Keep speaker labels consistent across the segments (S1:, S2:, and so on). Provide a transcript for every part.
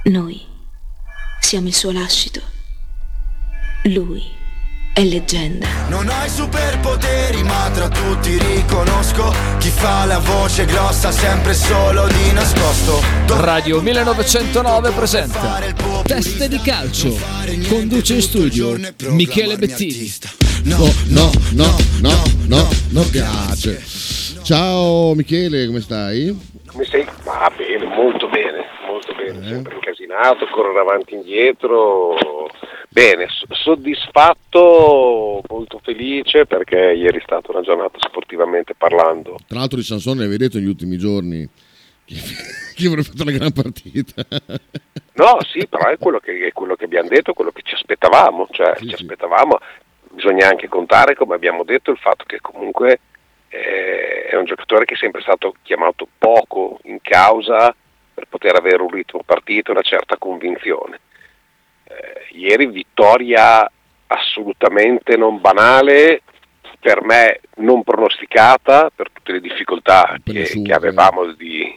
S1: Noi siamo il suo lascito. Lui è leggenda.
S2: Non ho i superpoteri, ma tra tutti riconosco chi fa la voce grossa sempre solo di nascosto.
S3: Radio 1909 presenta Teste di calcio. Conduce in studio Michele Bettini.
S4: No, piace. Ciao Michele, come stai?
S5: Come sei? Va bene, molto bene, sempre incasinato, correre avanti e indietro, bene, soddisfatto, molto felice perché ieri è stata una giornata sportivamente parlando.
S4: Tra l'altro di Sansone avevi detto negli ultimi giorni che avrebbe fatto una gran partita.
S5: No, sì, però è quello che abbiamo detto, quello che ci aspettavamo, bisogna anche contare, come abbiamo detto, il fatto che comunque è un giocatore che è sempre stato chiamato poco in causa per poter avere un ritmo partita e una certa convinzione. Ieri vittoria assolutamente non banale, per me non pronosticata per tutte le difficoltà che avevamo di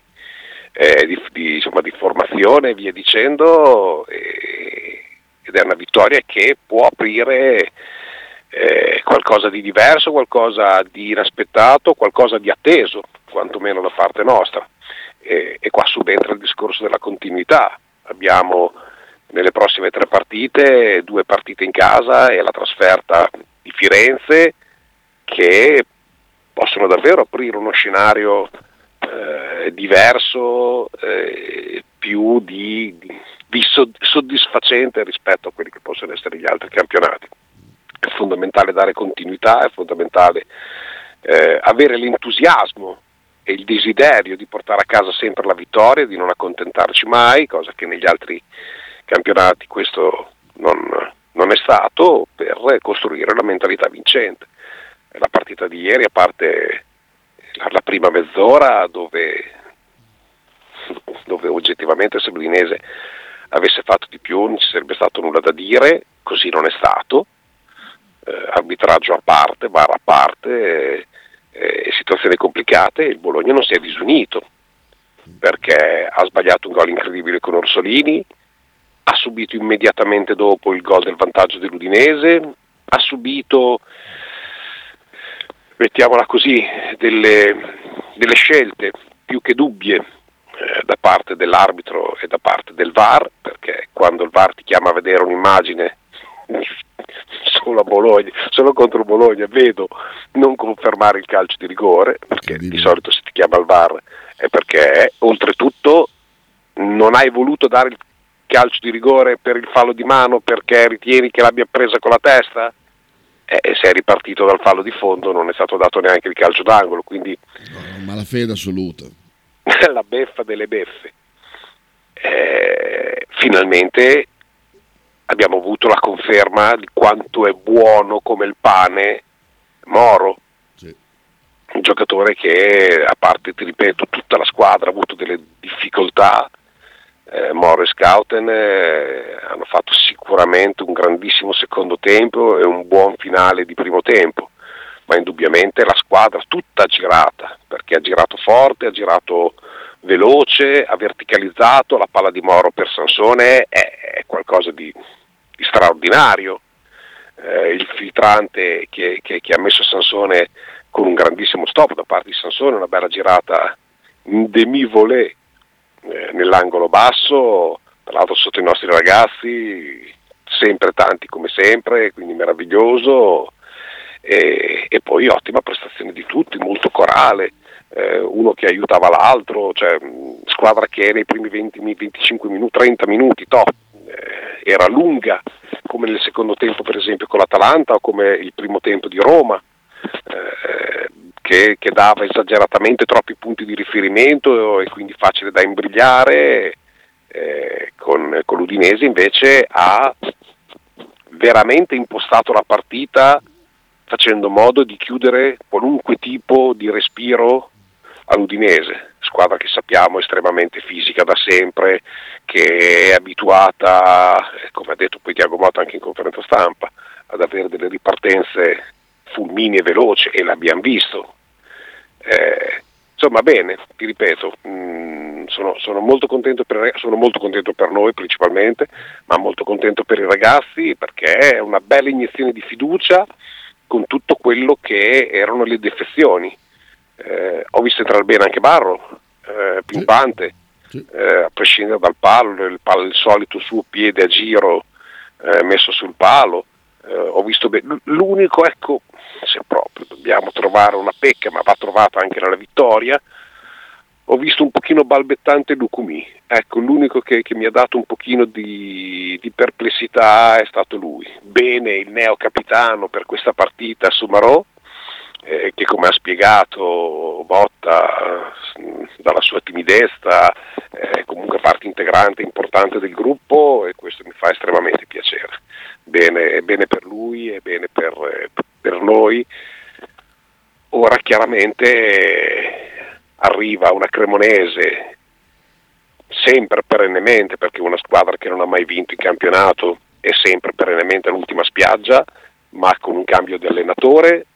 S5: formazione e via dicendo, ed è una vittoria che può aprire qualcosa di diverso, qualcosa di inaspettato, qualcosa di atteso, quantomeno da parte nostra. E qua subentra il discorso della continuità. Abbiamo nelle prossime 3 partite 2 partite in casa e la trasferta di Firenze, che possono davvero aprire uno scenario diverso, più di soddisfacente rispetto a quelli che possono essere gli altri campionati. È fondamentale dare continuità, è fondamentale avere l'entusiasmo e il desiderio di portare a casa sempre la vittoria, di non accontentarci mai, cosa che negli altri campionati questo non è stato, per costruire la mentalità vincente. La partita di ieri, a parte la prima mezz'ora dove oggettivamente se l'Udinese avesse fatto di più non ci sarebbe stato nulla da dire, così non è stato. Arbitraggio a parte, VAR a parte, situazioni complicate. Il Bologna non si è disunito perché ha sbagliato un gol incredibile con Orsolini, ha subito immediatamente dopo il gol del vantaggio dell'Udinese, ha subito, mettiamola così, delle scelte più che dubbie da parte dell'arbitro e da parte del VAR, perché quando il VAR ti chiama a vedere un'immagine solo contro il Bologna, vedo non confermare il calcio di rigore, perché di solito se ti chiama il VAR è perché oltretutto non hai voluto dare il calcio di rigore per il fallo di mano perché ritieni che l'abbia presa con la testa, e sei ripartito dal fallo di fondo, non è stato dato neanche il calcio d'angolo, quindi
S4: malafede assoluta.
S5: La beffa delle beffe. Finalmente abbiamo avuto la conferma di quanto è buono come il pane Moro,
S4: sì.
S5: Un giocatore che, a parte, ti ripeto, tutta la squadra ha avuto delle difficoltà. Moro e Scouten hanno fatto sicuramente un grandissimo secondo tempo e un buon finale di primo tempo, ma indubbiamente la squadra tutta girata, perché ha girato forte, ha girato veloce, ha verticalizzato. La palla di Moro per Sansone è qualcosa di straordinario. Il filtrante che ha messo Sansone con un grandissimo stop da parte di Sansone, una bella girata in demi-volée nell'angolo basso, tra l'altro sotto i nostri ragazzi, sempre tanti come sempre, quindi meraviglioso. E poi ottima prestazione di tutti, molto corale, uno che aiutava l'altro, cioè squadra che nei primi 20, 25 minuti, 30 minuti era lunga, come nel secondo tempo per esempio con l'Atalanta o come il primo tempo di Roma, che dava esageratamente troppi punti di riferimento e quindi facile da imbrigliare. Con l'Udinese invece ha veramente impostato la partita facendo modo di chiudere qualunque tipo di respiro all'Udinese, squadra che sappiamo estremamente fisica da sempre, che è abituata, come ha detto poi Thiago Motta anche in conferenza stampa, ad avere delle ripartenze fulminee e veloci, e l'abbiamo visto. insomma, bene, ti ripeto, sono molto contento sono molto contento per noi principalmente, ma molto contento per i ragazzi, perché è una bella iniezione di fiducia con tutto quello che erano le defezioni. Ho visto entrare bene anche Barro, pimpante, a prescindere dal palo, il solito suo piede a giro messo sul palo. Ho visto bene. L'unico, ecco, se proprio dobbiamo trovare una pecca, ma va trovata anche nella vittoria, ho visto un pochino balbettante Lucumi. Ecco, l'unico che mi ha dato un pochino di perplessità è stato lui. Bene il neo capitano per questa partita Soumaoro, che come ha spiegato Botta, dalla sua timidezza è comunque parte integrante importante del gruppo, e questo mi fa estremamente piacere. Bene per lui e bene per noi. Ora chiaramente arriva una Cremonese sempre perennemente, perché una squadra che non ha mai vinto in campionato è sempre perennemente all'ultima spiaggia, ma con un cambio di allenatore.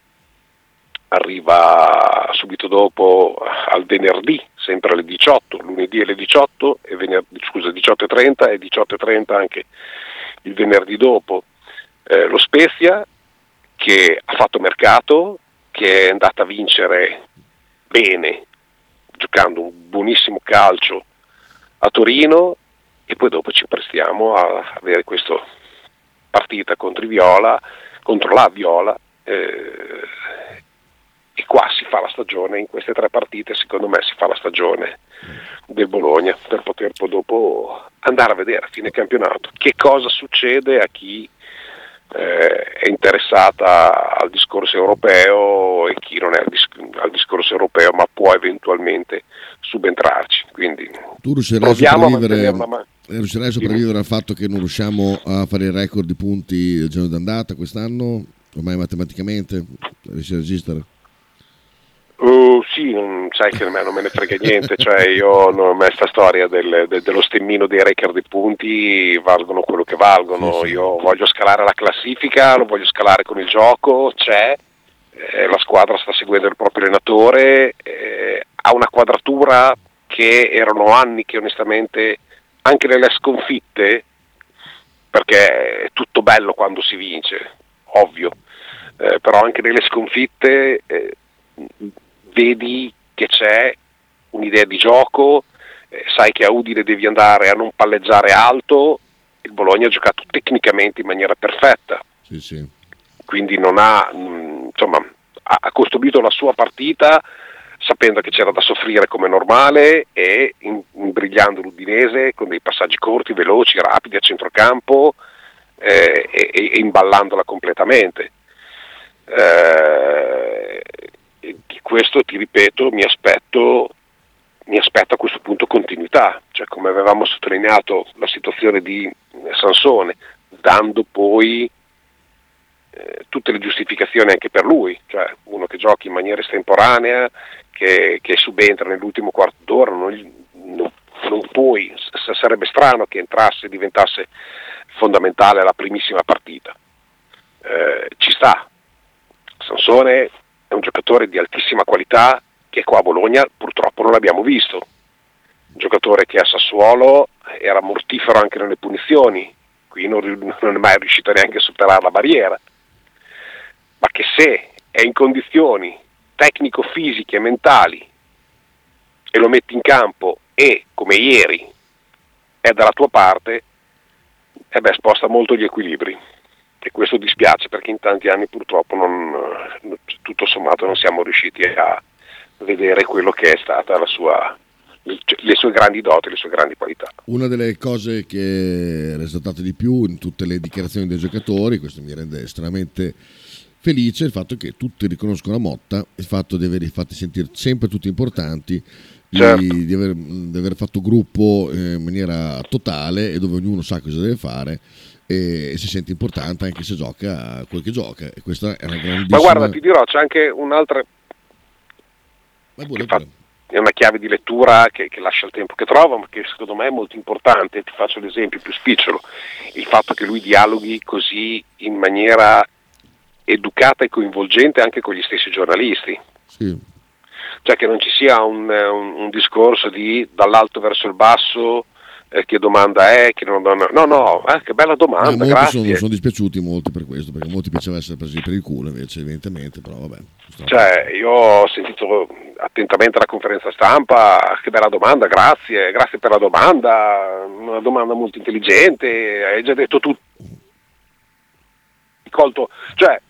S5: Arriva subito dopo al venerdì, sempre alle 18, lunedì alle 18 e 18:30 e 18:30 anche il venerdì dopo. Lo Spezia, che ha fatto mercato, che è andata a vincere bene, giocando un buonissimo calcio a Torino, e poi dopo ci prestiamo a avere questa partita contro la Viola, e qua si fa la stagione, in queste 3 partite secondo me si fa la stagione del Bologna, per poter poi dopo andare a vedere a fine campionato che cosa succede a chi è interessata al discorso europeo e chi non è al discorso europeo ma può eventualmente subentrarci. Quindi
S4: tu riuscirai a sopravvivere al fatto che non riusciamo a fare il record di punti del giorno d'andata quest'anno, ormai matematicamente riesci a resistere?
S5: Sì, sai che a me non me ne frega niente, cioè io non ho questa storia dello stemmino dei record di punti, valgono quello che valgono. Sì. Io voglio scalare la classifica, lo voglio scalare con il gioco, la squadra sta seguendo il proprio allenatore, ha una quadratura che erano anni che onestamente anche nelle sconfitte, perché è tutto bello quando si vince, ovvio, però anche nelle sconfitte vedi che c'è un'idea di gioco, sai che a Udine devi andare a non palleggiare alto. Il Bologna ha giocato tecnicamente in maniera perfetta,
S4: sì.
S5: Quindi non ha costruito la sua partita sapendo che c'era da soffrire come normale e imbrigliando l'Udinese con dei passaggi corti, veloci, rapidi a centrocampo, e imballandola completamente. Di questo, ti ripeto, mi aspetto a questo punto continuità, cioè come avevamo sottolineato la situazione di Sansone, dando poi tutte le giustificazioni anche per lui, cioè uno che giochi in maniera estemporanea, che subentra nell'ultimo quarto d'ora, non puoi, sarebbe strano che entrasse e diventasse fondamentale alla primissima partita. Ci sta, Sansone è un giocatore di altissima qualità che qua a Bologna purtroppo non abbiamo visto, un giocatore che a Sassuolo era mortifero anche nelle punizioni, qui non è mai riuscito neanche a superare la barriera, ma che se è in condizioni tecnico-fisiche e mentali e lo metti in campo e come ieri è dalla tua parte, sposta molto gli equilibri. E questo dispiace perché in tanti anni purtroppo tutto sommato non siamo riusciti a vedere quello che è stata le sue grandi doti, le sue grandi qualità.
S4: Una delle cose che è risaltata di più in tutte le dichiarazioni dei giocatori, questo mi rende estremamente felice, il fatto che tutti riconoscono a Motta il fatto di averli fatti sentire sempre tutti importanti,
S5: certo,
S4: di aver fatto gruppo in maniera totale e dove ognuno sa cosa deve fare e si sente importante anche se gioca quel che gioca, e questa è una grandissima...
S5: Ma guarda, ti dirò, c'è anche un'altra è una chiave di lettura che lascia il tempo che trova, ma che secondo me è molto importante. Ti faccio l'esempio più spicciolo, il fatto che lui dialoghi così in maniera educata e coinvolgente anche con gli stessi giornalisti.
S4: Sì.
S5: cioè che non ci sia un discorso di dall'alto verso il basso, che domanda è, che non no, che bella domanda, grazie.
S4: Sono dispiaciuti molti per questo, perché molti piaceva essere presi per il culo invece, evidentemente, però vabbè.
S5: Cioè, io ho sentito attentamente la conferenza stampa, che bella domanda, grazie per la domanda, una domanda molto intelligente, hai già detto tutto. Colto, cioè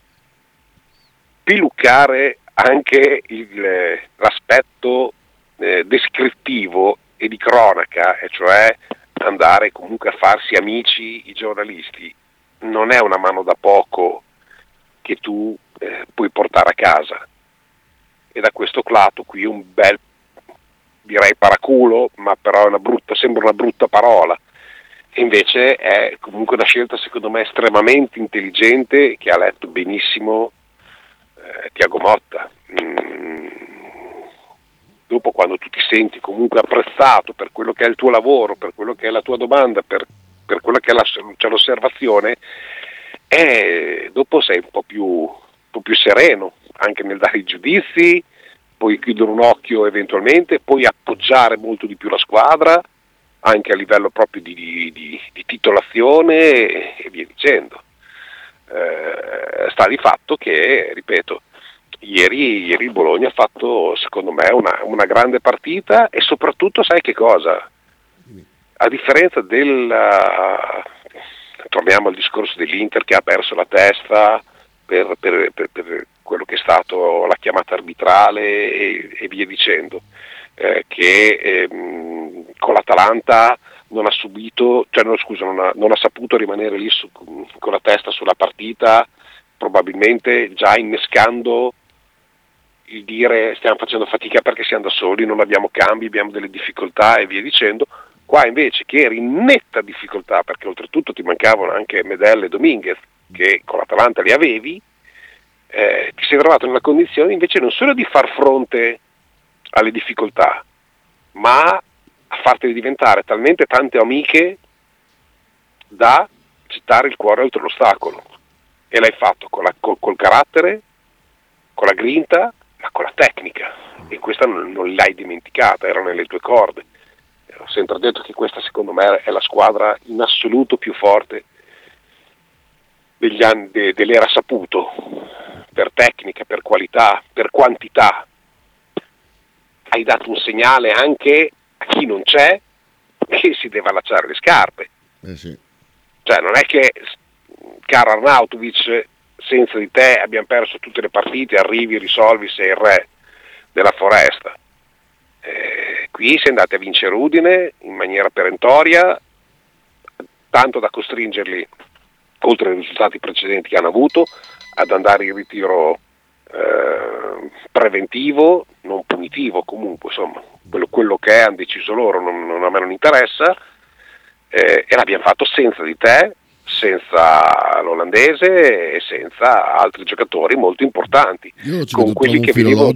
S5: piluccare anche l'aspetto descrittivo e di cronaca, e cioè andare comunque a farsi amici i giornalisti, non è una mano da poco che tu puoi portare a casa. E da questo lato qui un bel, direi paraculo, ma però sembra una brutta parola. E invece è comunque una scelta secondo me estremamente intelligente, che ha letto benissimo Tiago Motta. Dopo, quando tu ti senti comunque apprezzato per quello che è il tuo lavoro, per quello che è la tua domanda, per quello che è l'osservazione, dopo sei un po' più sereno anche nel dare i giudizi, puoi chiudere un occhio eventualmente, puoi appoggiare molto di più la squadra anche a livello proprio di titolazione e via dicendo. Sta di fatto che, ripeto, ieri il Bologna ha fatto secondo me una grande partita, e soprattutto sai che cosa? A differenza torniamo al discorso dell'Inter, che ha perso la testa per quello che è stato la chiamata arbitrale e via dicendo, che con l'Atalanta non ha saputo rimanere lì con la testa sulla partita, probabilmente già innescando il dire stiamo facendo fatica perché siamo da soli, non abbiamo cambi, abbiamo delle difficoltà e via dicendo. Qua invece, che eri in netta difficoltà, perché oltretutto ti mancavano anche Medel e Dominguez, che con l'Atalanta li avevi, ti sei trovato nella condizione invece non solo di far fronte alle difficoltà, ma a fartele diventare talmente tante amiche da gettare il cuore oltre l'ostacolo. E l'hai fatto col carattere, con la grinta, ma con la tecnica, e questa non l'hai dimenticata, era nelle tue corde. Ho sempre detto che questa secondo me è la squadra in assoluto più forte degli anni dell'era Saputo, per tecnica, per qualità, per quantità. Hai dato un segnale anche a chi non c'è che si deve allacciare le scarpe.
S4: Sì.
S5: Cioè non è che, caro Arnautovic, senza di te abbiamo perso tutte le partite, arrivi, risolvi, sei il re della foresta. Qui si è andati a vincere Udine in maniera perentoria, tanto da costringerli, oltre ai risultati precedenti che hanno avuto, ad andare in ritiro preventivo, non punitivo, comunque insomma quello che hanno deciso loro a me non interessa, e l'abbiamo fatto senza di te, senza l'olandese e senza altri giocatori molto importanti, con quelli che venivano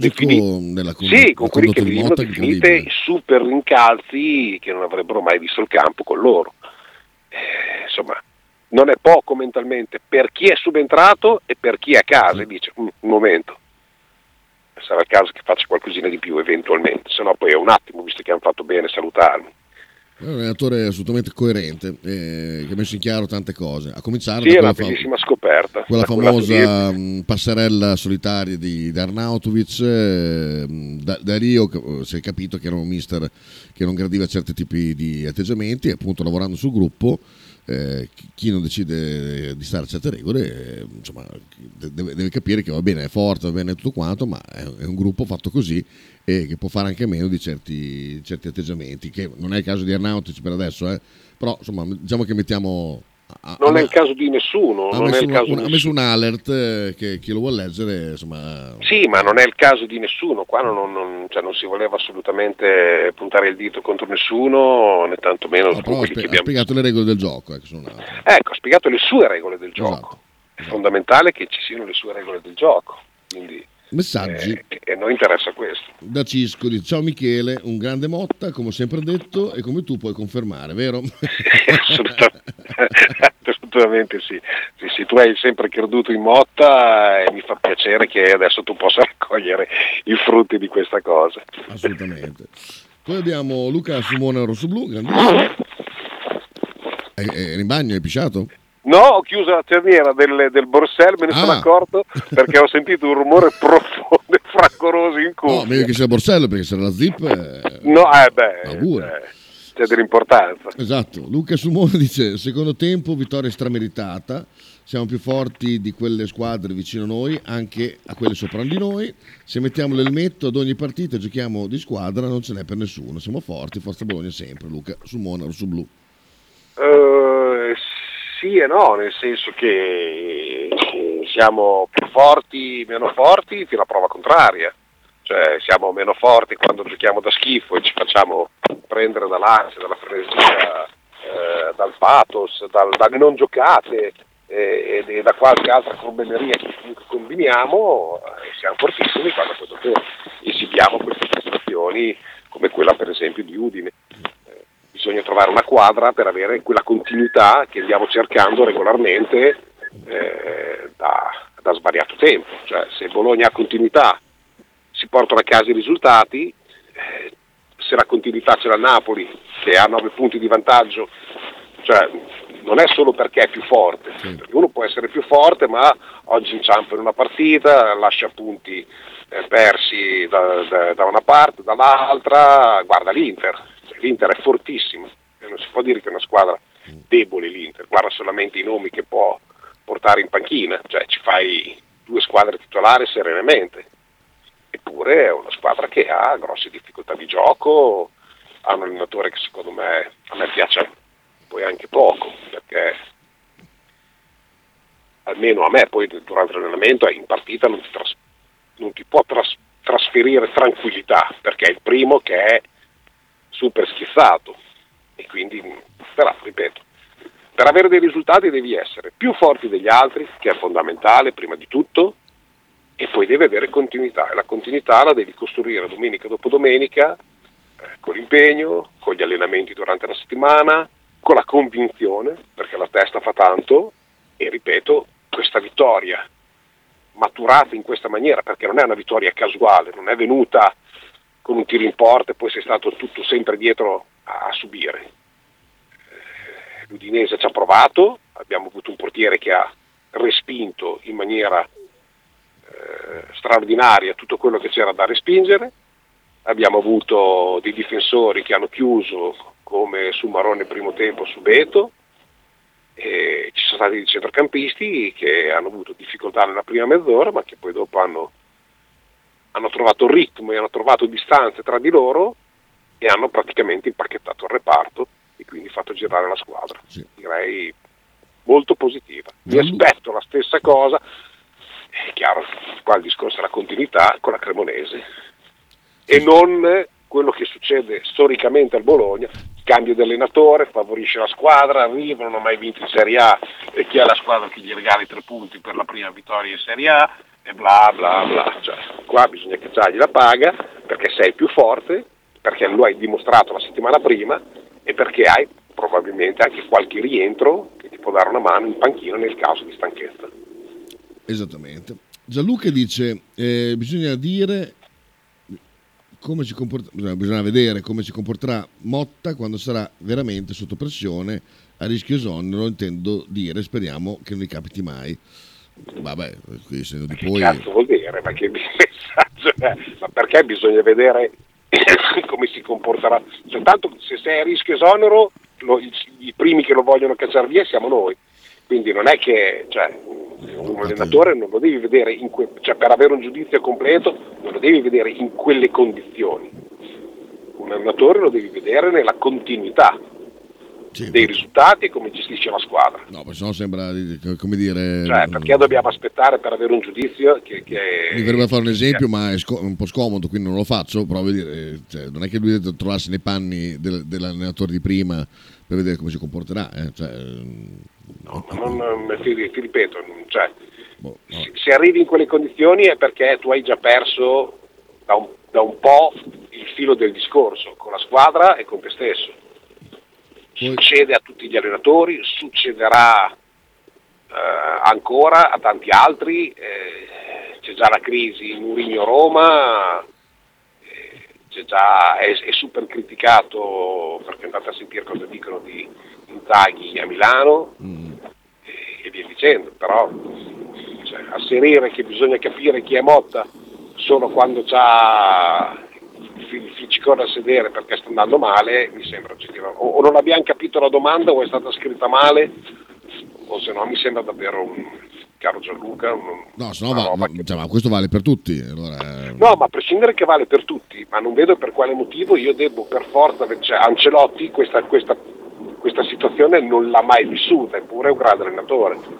S5: definite i super rincalzi che non avrebbero mai visto il campo con loro. Insomma, non è poco mentalmente per chi è subentrato e per chi è a casa e dice un momento, sarà il caso che faccia qualcosina di più eventualmente, se no poi è un attimo, visto che hanno fatto bene salutarmi.
S4: È un allenatore assolutamente coerente, che ha messo in chiaro tante cose, a cominciare
S5: da quella bellissima scoperta,
S4: quella famosa passerella solitaria di Arnautovic. Da Rio si è capito che era un mister che non gradiva certi tipi di atteggiamenti, e appunto lavorando sul gruppo, chi non decide di stare a certe regole, insomma, deve capire che va bene, è forte, va bene tutto quanto, ma è un gruppo fatto così, e che può fare anche meno di certi atteggiamenti, che non è il caso di Arnautovic per adesso, però insomma diciamo che mettiamo
S5: non è il caso di nessuno,
S4: ha messo un alert, che chi lo vuole leggere, insomma.
S5: Sì, ma non è il caso di nessuno, qua non si voleva assolutamente puntare il dito contro nessuno, né tantomeno
S4: però ha spiegato le regole del gioco,
S5: ha spiegato le sue regole del gioco.
S4: Esatto.
S5: È fondamentale che ci siano le sue regole del gioco, quindi
S4: messaggi,
S5: e a noi interessa questo.
S4: Da Cisco dice: ciao Michele, un grande Motta, come ho sempre detto, e come tu puoi confermare, vero?
S5: assolutamente sì. Sì, tu hai sempre creduto in Motta e mi fa piacere che adesso tu possa raccogliere i frutti di questa cosa.
S4: Assolutamente. Poi abbiamo Luca Simone Rossoblu, grandissimo. Eri in bagno, hai pisciato?
S5: No, ho chiuso la cerniera del Borsell, me ne sono accorto perché ho sentito un rumore profondo e fragoroso in cuffia.
S4: No, meglio che sia il borsello, perché se era la zip...
S5: c'è dell'importanza.
S4: Esatto. Luca Sumone dice: secondo tempo, vittoria strameritata. Siamo più forti di quelle squadre vicino a noi, anche a quelle sopra di noi. Se mettiamo l'elmetto ad ogni partita e giochiamo di squadra, non ce n'è per nessuno. Siamo forti, Forza Bologna sempre. Luca Sumone, Rossoblu.
S5: Sì e no, nel senso che siamo più forti, meno forti, fino a prova contraria. Cioè siamo meno forti quando giochiamo da schifo e ci facciamo prendere dall'ansia, dalla frenesia, dal pathos, dalle non giocate e da qualche altra corbelleria che combiniamo. Siamo fortissimi quando poi dopo esibiamo queste prestazioni come quella per esempio di Udine. Bisogna trovare una quadra per avere quella continuità che andiamo cercando regolarmente da svariato tempo. Cioè, se Bologna ha continuità si portano a casa i risultati, se la continuità c'è la Napoli che ha 9 punti di vantaggio, cioè non è solo perché è più forte, perché uno può essere più forte ma oggi inciampa in una partita, lascia punti persi da una parte, dall'altra. Guarda l'Inter è fortissima e non si può dire che è una squadra debole l'Inter, guarda solamente i nomi che può portare in panchina, cioè ci fai 2 squadre titolari serenamente. Eppure è una squadra che ha grosse difficoltà di gioco, ha un allenatore che secondo me a me piace poi anche poco, perché almeno a me poi durante l'allenamento in partita non ti può trasferire tranquillità, perché è il primo che è super schizzato e quindi, però ripeto, per avere dei risultati devi essere più forti degli altri, che è fondamentale prima di tutto, e poi devi avere continuità, e la continuità la devi costruire domenica dopo domenica, con l'impegno, con gli allenamenti durante la settimana, con la convinzione, perché la testa fa tanto, e ripeto, questa vittoria maturata in questa maniera, perché non è una vittoria casuale, non è venuta con un tiro in porta e poi sei stato tutto sempre dietro a subire. L'Udinese ci ha provato, abbiamo avuto un portiere che ha respinto in maniera straordinaria tutto quello che c'era da respingere, abbiamo avuto dei difensori che hanno chiuso come su Marone nel primo tempo su Beto, e ci sono stati dei centrocampisti che hanno avuto difficoltà nella prima mezz'ora ma che poi dopo hanno trovato ritmo e hanno trovato distanze tra di loro e hanno praticamente impacchettato il reparto e quindi fatto girare la squadra. Sì. Direi molto positiva. Mi aspetto la stessa cosa, è chiaro, qua il discorso è la continuità con la Cremonese e non quello che succede storicamente al Bologna, cambio di allenatore, favorisce la squadra, arriva, non ha mai vinto in Serie A e chi ha la squadra che gli regali 3 punti per la prima vittoria in Serie A e bla bla bla. Cioè, qua bisogna cacciargli la paga perché sei più forte, perché lo hai dimostrato la settimana prima e perché hai probabilmente anche qualche rientro che ti può dare una mano in panchina nel caso di stanchezza.
S4: Esattamente. Gianluca dice bisogna dire come si bisogna vedere come si comporterà Motta quando sarà veramente sotto pressione a rischio esonero, intendo dire, speriamo che non gli capiti mai. Vabbè, qui essendo di poi...
S5: Che cazzo vuol dire? Ma che messaggio è? Ma perché bisogna vedere come si comporterà? Cioè, tanto se sei a rischio esonero i primi che lo vogliono cacciare via siamo noi, quindi non è che un allenatore non lo devi vedere per avere un giudizio completo non lo devi vedere in quelle condizioni, un allenatore lo devi vedere nella continuità dei risultati e come gestisce la squadra.
S4: No, perché sennò sembra come dire...
S5: Cioè, perché dobbiamo aspettare per avere un giudizio che
S4: mi verrebbe fare un esempio, ma è un po' scomodo, quindi non lo faccio, però vedere, non è che lui deve trovarsi nei panni dell'allenatore di prima per vedere come si comporterà.
S5: Ti ripeto, se arrivi in quelle condizioni è perché tu hai già perso da un po' il filo del discorso con la squadra e con te stesso. Succede a tutti gli allenatori, succederà ancora a tanti altri, c'è già la crisi Mourinho-Roma, c'è già, è super criticato, perché andate a sentire cosa dicono di Inzaghi a Milano, e via dicendo, però cioè, asserire che bisogna capire chi è Motta solo quando c'ha il ficcicone a sedere perché sta andando male, mi sembra oggettivo. O non abbiamo capito la domanda o è stata scritta male, o se no mi sembra davvero un caro Gianluca.
S4: No, se no ma questo vale per tutti. Allora...
S5: No, ma a prescindere che vale per tutti, ma non vedo per quale motivo io devo per forza, cioè Ancelotti questa situazione non l'ha mai vissuta, eppure è un grande allenatore.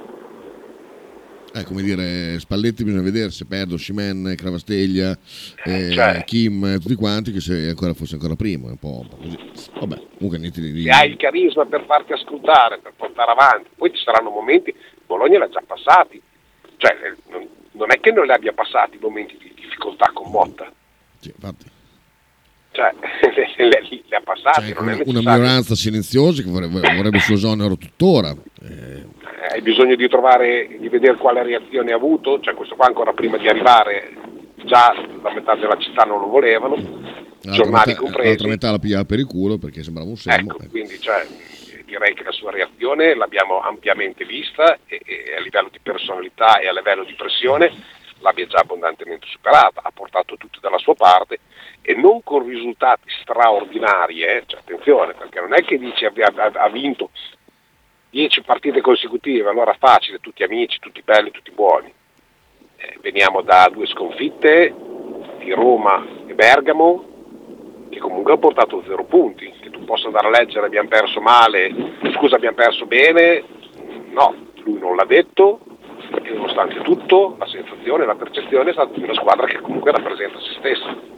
S4: Come dire, Spalletti bisogna vedere se perde Osimhen, Cravasteglia, Kim, tutti quanti, che se fosse ancora prima, un po' così. Vabbè, comunque niente di...
S5: Se hai il carisma per farti ascoltare, per portare avanti, poi ci saranno momenti, Bologna l'ha già passati, cioè non è che non li abbia passati momenti di difficoltà con Motta.
S4: Sì, infatti.
S5: Cioè, li ha passati.
S4: Cioè, una minoranza silenziosa che vorrebbe il suo esonero tuttora.
S5: Hai bisogno di vedere quale reazione ha avuto, cioè questo qua ancora prima di arrivare già la metà della città non lo volevano, giornali compresi.
S4: L'altra metà la pigliava per il culo perché sembrava un sermo.
S5: Quindi direi che la sua reazione l'abbiamo ampiamente vista e a livello di personalità e a livello di pressione l'abbia già abbondantemente superata, ha portato tutti dalla sua parte e non con risultati straordinari, cioè, attenzione, perché non è che dici ha vinto 10 partite consecutive, allora facile, tutti amici, tutti belli, tutti buoni. Veniamo da 2 sconfitte di Roma e Bergamo che comunque hanno portato 0 punti, che tu possa andare a leggere abbiamo perso male, scusa abbiamo perso bene, no, lui non l'ha detto e nonostante tutto la sensazione, la percezione è stata di una squadra che comunque rappresenta se stessa.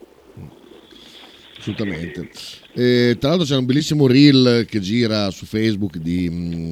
S4: Assolutamente. Tra l'altro c'è un bellissimo reel che gira su Facebook di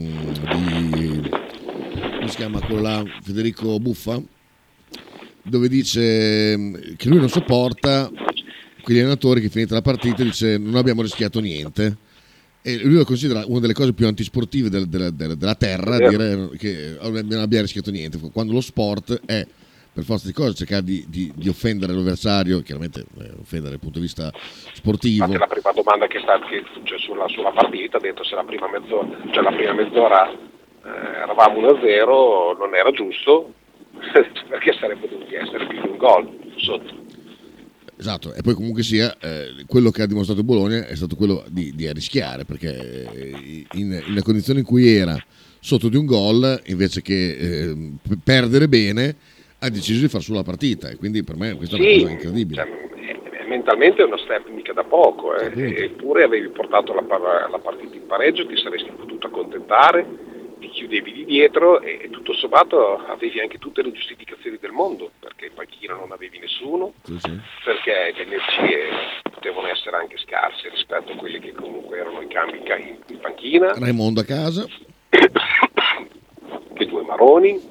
S4: come si chiama quello là, Federico Buffa, dove dice che lui non sopporta quegli allenatori che finita la partita dice non abbiamo rischiato niente, e lui lo considera una delle cose più antisportive della terra, dire che non abbiamo rischiato niente, quando lo sport è per forza di cose cercare di offendere l'avversario, chiaramente offendere dal punto di vista sportivo.
S5: Infatti la prima domanda che c'è sulla partita ha detto se la prima mezz'ora eravamo 1-0 non era giusto perché sarebbe dovuto essere più di un gol sotto.
S4: Esatto, e poi comunque sia quello che ha dimostrato Bologna è stato quello di rischiare, perché in una condizione in cui era sotto di un gol invece che perdere bene ha deciso di far su la partita, e quindi per me questa è una cosa incredibile.
S5: Cioè, mentalmente è una step mica da poco, eppure avevi portato la partita in pareggio, ti saresti potuto accontentare, ti chiudevi di dietro e tutto sommato avevi anche tutte le giustificazioni del mondo, perché in panchina non avevi nessuno, perché le energie potevano essere anche scarse rispetto a quelli che comunque erano in cambi in panchina.
S4: Raimondo a casa.
S5: Che 2 maroni.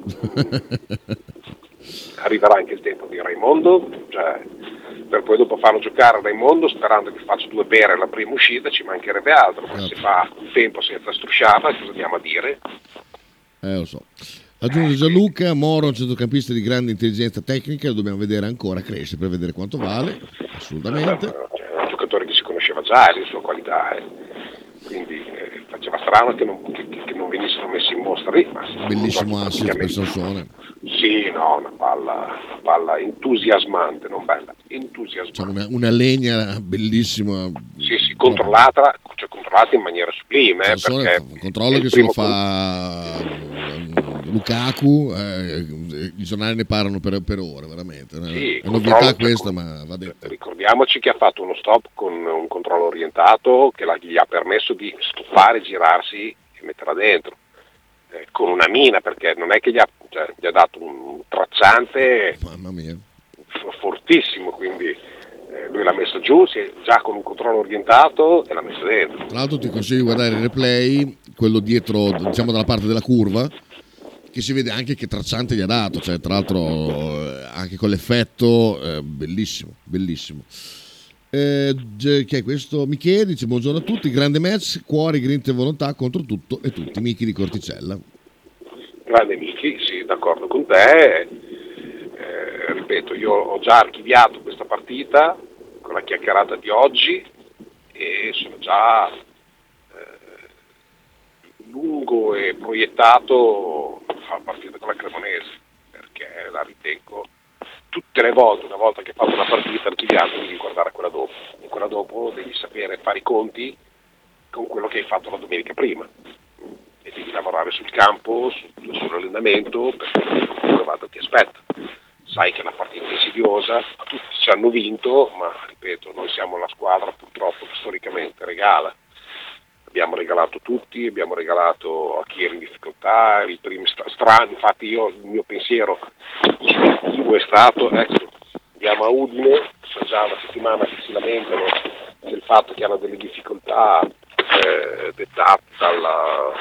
S5: Arriverà anche il tempo di Raimondo, cioè, per poi dopo farlo giocare Raimondo sperando che faccia 2 bere alla prima uscita, ci mancherebbe altro, ma se fa un tempo senza strusciata cosa andiamo a dire?
S4: Lo so. Aggiunge Gianluca, Moro è un centrocampista di grande intelligenza tecnica, lo dobbiamo vedere ancora crescere per vedere quanto vale, assolutamente.
S5: È un giocatore che si conosceva già le sue qualità, quindi faceva strano che non venissero messi in mostra lì.
S4: Bellissimo assist per Sansone.
S5: Sì, no, una palla entusiasmante, non bella, entusiasmante.
S4: Cioè una legna bellissima.
S5: Sì, controllata in maniera sublime.
S4: Sansone
S5: perché
S4: un controllo che se lo fa Lukaku, i giornali ne parlano per ore, veramente.
S5: Sì,
S4: è un'ovvietà questa, ma va detto.
S5: Ricordiamoci che ha fatto uno stop con un controllo orientato che gli ha permesso di stoppare, girarsi e metterla dentro. Con una mina, perché non è che gli ha dato un tracciante fortissimo, quindi lui l'ha messa giù, già con un controllo orientato e l'ha messa dentro.
S4: Tra l'altro ti consiglio di guardare il replay, quello dietro, diciamo dalla parte della curva, che si vede anche che tracciante gli ha dato, cioè tra l'altro anche con l'effetto bellissimo. Chi è questo? Michele dice buongiorno a tutti, grande match, cuore, grinta e volontà contro tutto e tutti. Michi di Corticella.
S5: grandi amici, sì, d'accordo con te. Ripeto, io ho già archiviato questa partita con la chiacchierata di oggi e sono già lungo e proiettato a partire con la Cremonese, perché la ritengo tutte le volte, una volta che hai fatto una partita archiviata, devi guardare quella dopo, e quella dopo devi sapere fare i conti con quello che hai fatto la domenica prima e devi lavorare sul campo, sull'allenamento, perché quello vado ti aspetta. Sai che è una partita insidiosa, tutti ci hanno vinto, ma ripeto, noi siamo la squadra purtroppo che storicamente regala. Abbiamo regalato tutti, abbiamo regalato a chi era in difficoltà, i primi strani, infatti il mio pensiero istintivo è stato, ecco, andiamo a Udine, sono già una settimana che si lamentano del fatto che hanno delle difficoltà dettate da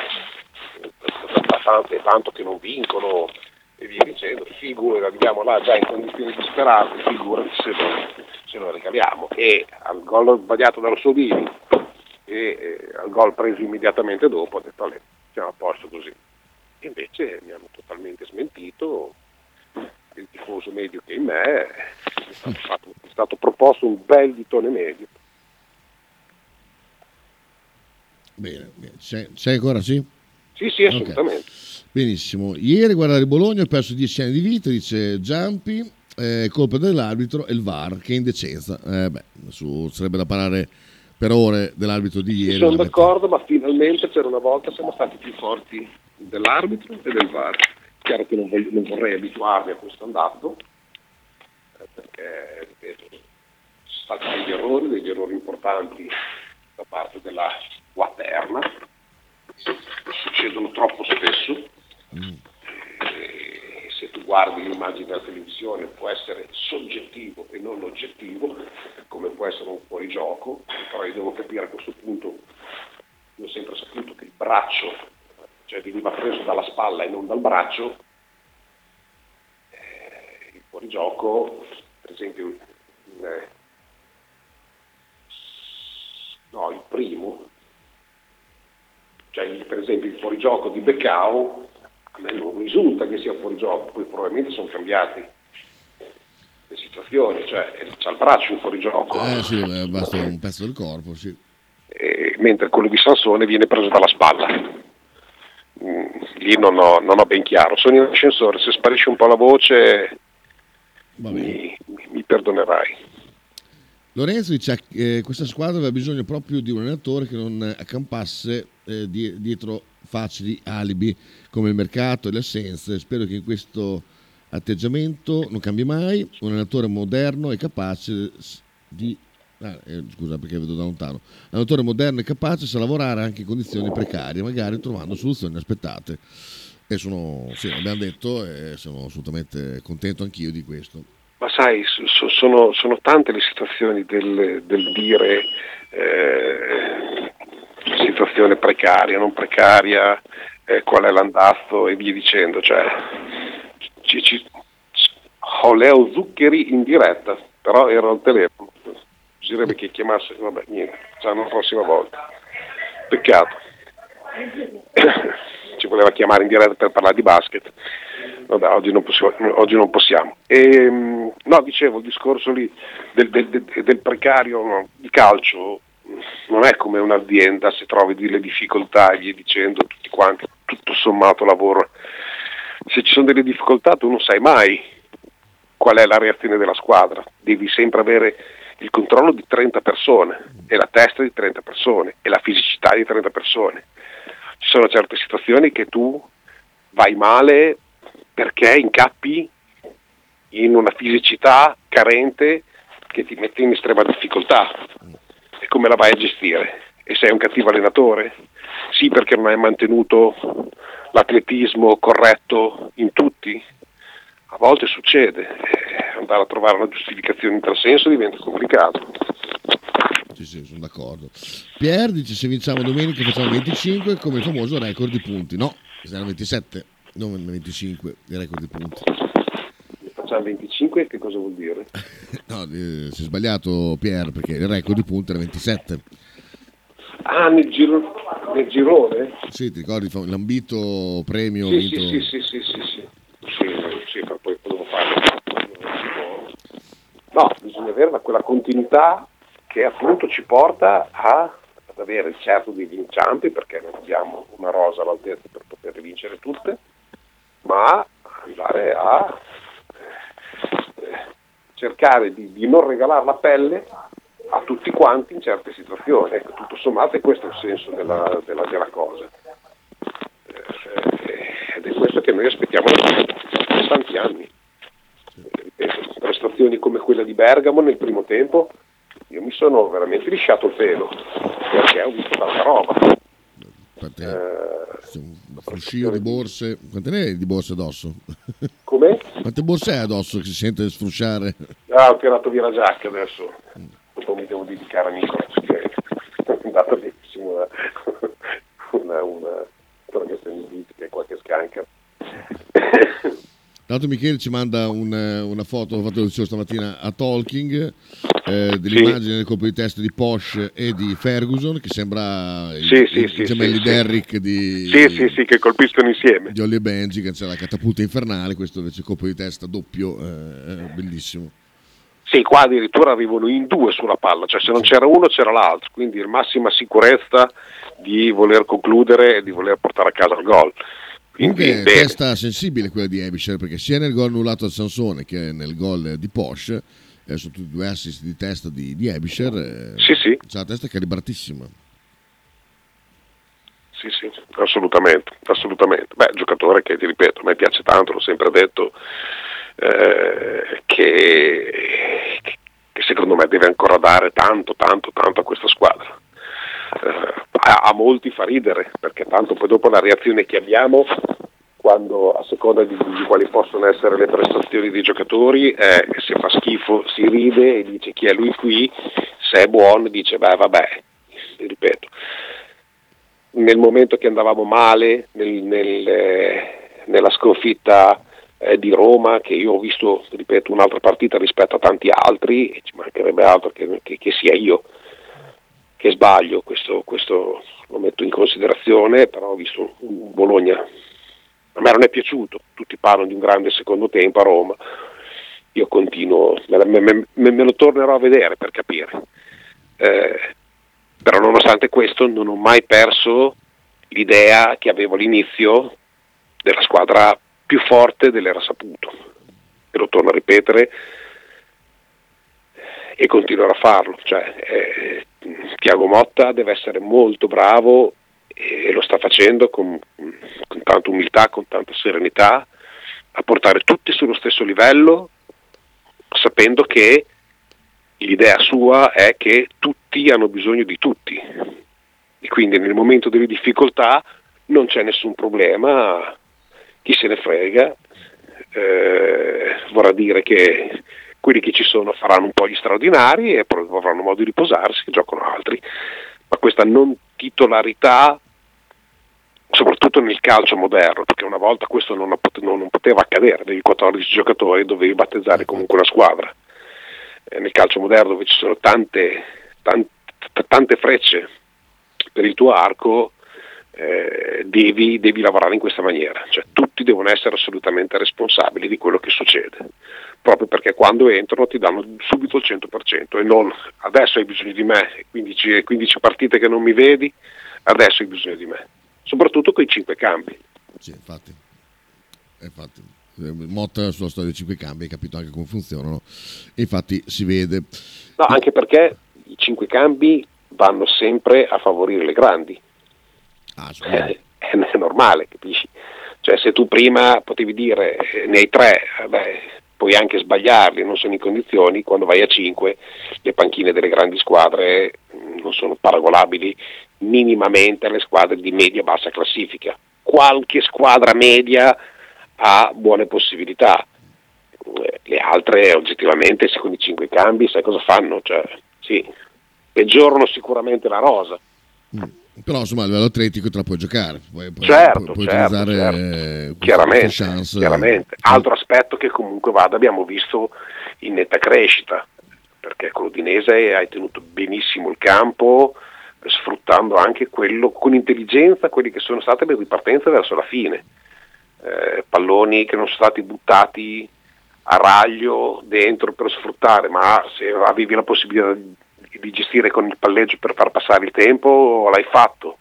S5: tanto che non vincono e via dicendo, figure, arriviamo là già in condizioni disperate, figurati se lo regaliamo. E al gol sbagliato dallo Sodini e al gol preso immediatamente dopo ho detto siamo a posto così, e invece mi hanno totalmente smentito. Il tifoso medio che in me è stato proposto un bel ditone medio.
S4: Bene. Sei ancora sì?
S5: Sì, assolutamente.
S4: Okay. Benissimo. Ieri guardare Bologna ho perso 10 anni di vita, dice Giampi, colpa dell'arbitro e il VAR, che indecenza. Sarebbe da parlare per ore dell'arbitro di ieri.
S5: Sono d'accordo, ma finalmente per una volta siamo stati più forti dell'arbitro e del VAR. Chiaro che non vorrei abituarmi a questo andato, perché ripeto, sono stati degli errori importanti da parte della Quaterna, succedono troppo spesso. Se tu guardi l'immagine della televisione può essere soggettivo e non oggettivo, come può essere un fuorigioco, però io devo capire a questo punto, io ho sempre saputo che il braccio, cioè veniva preso dalla spalla e non dal braccio. Il fuorigioco, per esempio il primo, cioè per esempio il fuorigioco di Beccao, a me non risulta che sia fuorigioco, poi probabilmente sono cambiati le situazioni, cioè c'ha il braccio un fuorigioco.
S4: Sì, basta un pezzo del corpo, sì.
S5: Mentre quello di Sansone viene preso dalla spalla. Lì non ho ben chiaro. Sono in ascensore, se sparisce un po' la voce mi perdonerai.
S4: Lorenzo dice che questa squadra aveva bisogno proprio di un allenatore che non accampasse dietro facili alibi come il mercato e le assenze. Spero che in questo atteggiamento non cambi mai. Un allenatore moderno e capace di scusa perché vedo da lontano. Un allenatore moderno e capace sa lavorare anche in condizioni precarie, magari trovando soluzioni aspettate. E abbiamo detto, e sono assolutamente contento anch'io di questo.
S5: Ma sai, sono tante le situazioni del dire situazione precaria, non precaria, qual è l'andazzo e via dicendo. Cioè, ho Leo Zuccheri in diretta, però ero al telefono. Bisognerebbe che chiamasse, vabbè, niente, una prossima volta. Peccato. Ci voleva chiamare in diretta per parlare di basket. Vabbè, oggi non possiamo. Dicevo, il discorso lì del precario di calcio non è come un'azienda, se trovi delle difficoltà e via dicendo, tutti quanti, tutto sommato lavoro. Se ci sono delle difficoltà tu non sai mai qual è la reazione della squadra, devi sempre avere il controllo di 30 persone e la testa di 30 persone e la fisicità di 30 persone. Ci sono certe situazioni che tu vai male perché incappi in una fisicità carente che ti mette in estrema difficoltà. E come la vai a gestire? E sei un cattivo allenatore? Sì, perché non hai mantenuto l'atletismo corretto in tutti? A volte succede, andare a trovare una giustificazione in tal senso diventa complicato.
S4: Sì, sono d'accordo. Pier dice: se vinciamo domenica facciamo 25 come il famoso record di punti. No, saranno 27, non 25 il record di punti.
S5: Facciamo 25, che cosa vuol dire?
S4: No, si è sbagliato Pier, perché il record di punti era 27.
S5: Nel giro... nel girone?
S4: Sì, ti ricordi l'ambito premio?
S5: Sì, ma poi devo fare. No, bisogna avere quella continuità che appunto ci porta ad avere certo degli inciampi, perché non abbiamo una rosa all'altezza per poter vincere tutte, ma andare a cercare di non regalare la pelle a tutti quanti in certe situazioni. Ecco, tutto sommato è questo il senso della cosa. Ed è questo che noi aspettiamo da tanti anni. Ripeto, prestazioni come quella di Bergamo nel primo tempo, io mi sono veramente lisciato il pelo, perché ho visto tanta roba.
S4: Un fruscio di borse. Quante ne hai di borse addosso?
S5: Come?
S4: Quante borse hai addosso che si sente sfrusciare?
S5: Ho tirato via la giacca adesso. Dopo mi devo dedicare a Nicolas, che è andata benissimo una trasmissione politica e qualche scanca.
S4: Tanto Michele ci manda una foto, l'ho fatto stamattina a Talking, dell'immagine del colpo di testa di Porsche e di Ferguson, che sembra i gemelli Derrick di
S5: che colpiscono insieme,
S4: di Holly e Benji, che c'è la catapulta infernale. Questo invece colpo di testa doppio, bellissimo.
S5: Sì, qua addirittura arrivano in due sulla palla, cioè se non c'era uno c'era l'altro, quindi in massima sicurezza di voler concludere e di voler portare a casa il gol.
S4: Comunque testa sensibile quella di Ebisher, perché sia nel gol annullato al Sansone che nel gol di Porsche sono tutti due assist di testa di Ebisher.
S5: Sì.
S4: C'ha la testa calibratissima.
S5: Sì, assolutamente. Beh, giocatore che, ti ripeto, a me piace tanto, l'ho sempre detto, che secondo me deve ancora dare tanto a questa squadra. A molti fa ridere, perché tanto poi dopo la reazione che abbiamo, quando a seconda di quali possono essere le prestazioni dei giocatori, se fa schifo si ride e dice chi è lui qui, se è buono dice beh vabbè, ripeto. Nel momento che andavamo male, nella sconfitta di Roma, che io ho visto, ripeto, un'altra partita rispetto a tanti altri, e ci mancherebbe altro che sia io che sbaglio, questo lo metto in considerazione, però ho visto un Bologna, a me non è piaciuto, tutti parlano di un grande secondo tempo a Roma, io continuo, me lo tornerò a vedere per capire, però nonostante questo non ho mai perso l'idea che avevo all'inizio della squadra più forte dell'era saputo, e lo torno a ripetere e continuerò a farlo, cioè Thiago Motta deve essere molto bravo e lo sta facendo con tanta umiltà, con tanta serenità, a portare tutti sullo stesso livello, sapendo che l'idea sua è che tutti hanno bisogno di tutti e quindi nel momento delle difficoltà non c'è nessun problema, chi se ne frega, vorrà dire che quelli che ci sono faranno un po' gli straordinari e poi avranno modo di riposarsi e giocano altri, ma questa non titolarità, soprattutto nel calcio moderno, perché una volta questo non poteva accadere, avevi 14 giocatori, dovevi battezzare comunque una squadra. Nel calcio moderno, dove ci sono tante frecce per il tuo arco, devi lavorare in questa maniera, cioè tutti devono essere assolutamente responsabili di quello che succede, proprio perché quando entrano ti danno subito il 100% e non adesso hai bisogno di me, 15 partite che non mi vedi, adesso hai bisogno di me, soprattutto con i 5 cambi.
S4: Sì, infatti. Motta sulla storia dei 5 cambi, hai capito anche come funzionano, e infatti si vede.
S5: No, anche perché i 5 cambi vanno sempre a favorire le grandi. È normale, capisci? Cioè se tu prima potevi dire ne hai 3, puoi anche sbagliarli, non sono in condizioni, quando vai a 5 le panchine delle grandi squadre non sono paragonabili minimamente alle squadre di media-bassa classifica. Qualche squadra media ha buone possibilità, le altre oggettivamente con i 5 cambi sai cosa fanno? Cioè, sì, peggiorano sicuramente la rosa.
S4: Però insomma a livello atletico te la puoi giocare, puoi
S5: utilizzare chiaramente. Altro aspetto che comunque abbiamo visto in netta crescita, perché con l'Udinese hai tenuto benissimo il campo, sfruttando anche quello con intelligenza, quelli che sono state le ripartenze verso la fine, palloni che non sono stati buttati a raglio dentro per sfruttare, ma se avevi la possibilità di gestire con il palleggio per far passare il tempo l'hai fatto,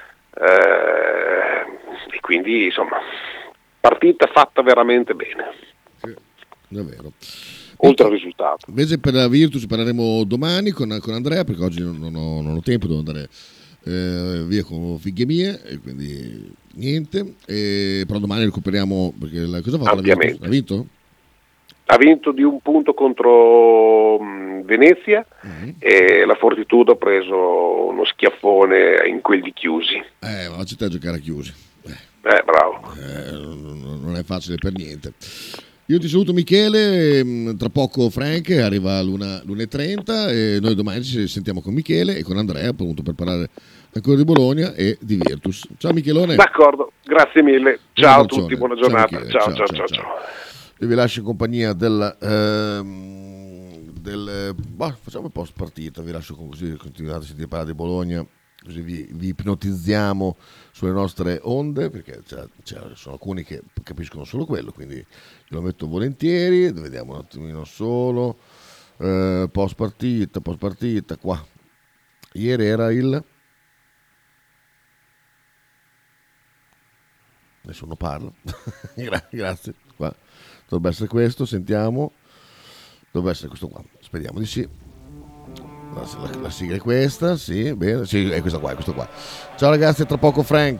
S5: e quindi insomma partita fatta veramente bene,
S4: sì, davvero.
S5: oltre al risultato.
S4: Invece per la Virtus parleremo domani con Andrea, perché oggi non ho tempo, devo andare via con figlie mie, e quindi niente, però domani recuperiamo, perché cosa ha fatto la Virtus? Ha vinto?
S5: Ha vinto di un punto contro Venezia, e la Fortitudo ha preso uno schiaffone in quelli chiusi.
S4: Ma la città a giocare a chiusi.
S5: Bravo.
S4: Non è facile per niente. Io ti saluto Michele, tra poco Frank arriva all'1:30 e noi domani ci sentiamo con Michele e con Andrea appunto per parlare ancora di Bologna e di Virtus. Ciao Michelone.
S5: D'accordo, grazie mille. Ciao a tutti, buona giornata. Ciao.
S4: Io vi lascio in compagnia facciamo un post partita, vi lascio così, continuate a sentire parlare di Bologna, così vi ipnotizziamo sulle nostre onde, perché sono alcuni che capiscono solo quello, quindi lo metto volentieri. Vediamo un attimino solo post partita qua. Ieri era nessuno parla. Grazie. Qua dovrebbe essere questo, sentiamo. Dovrebbe essere questo qua, speriamo di sì. La sigla è questa, sì, bene, sì, è questo qua. Ciao ragazzi, tra poco Frank.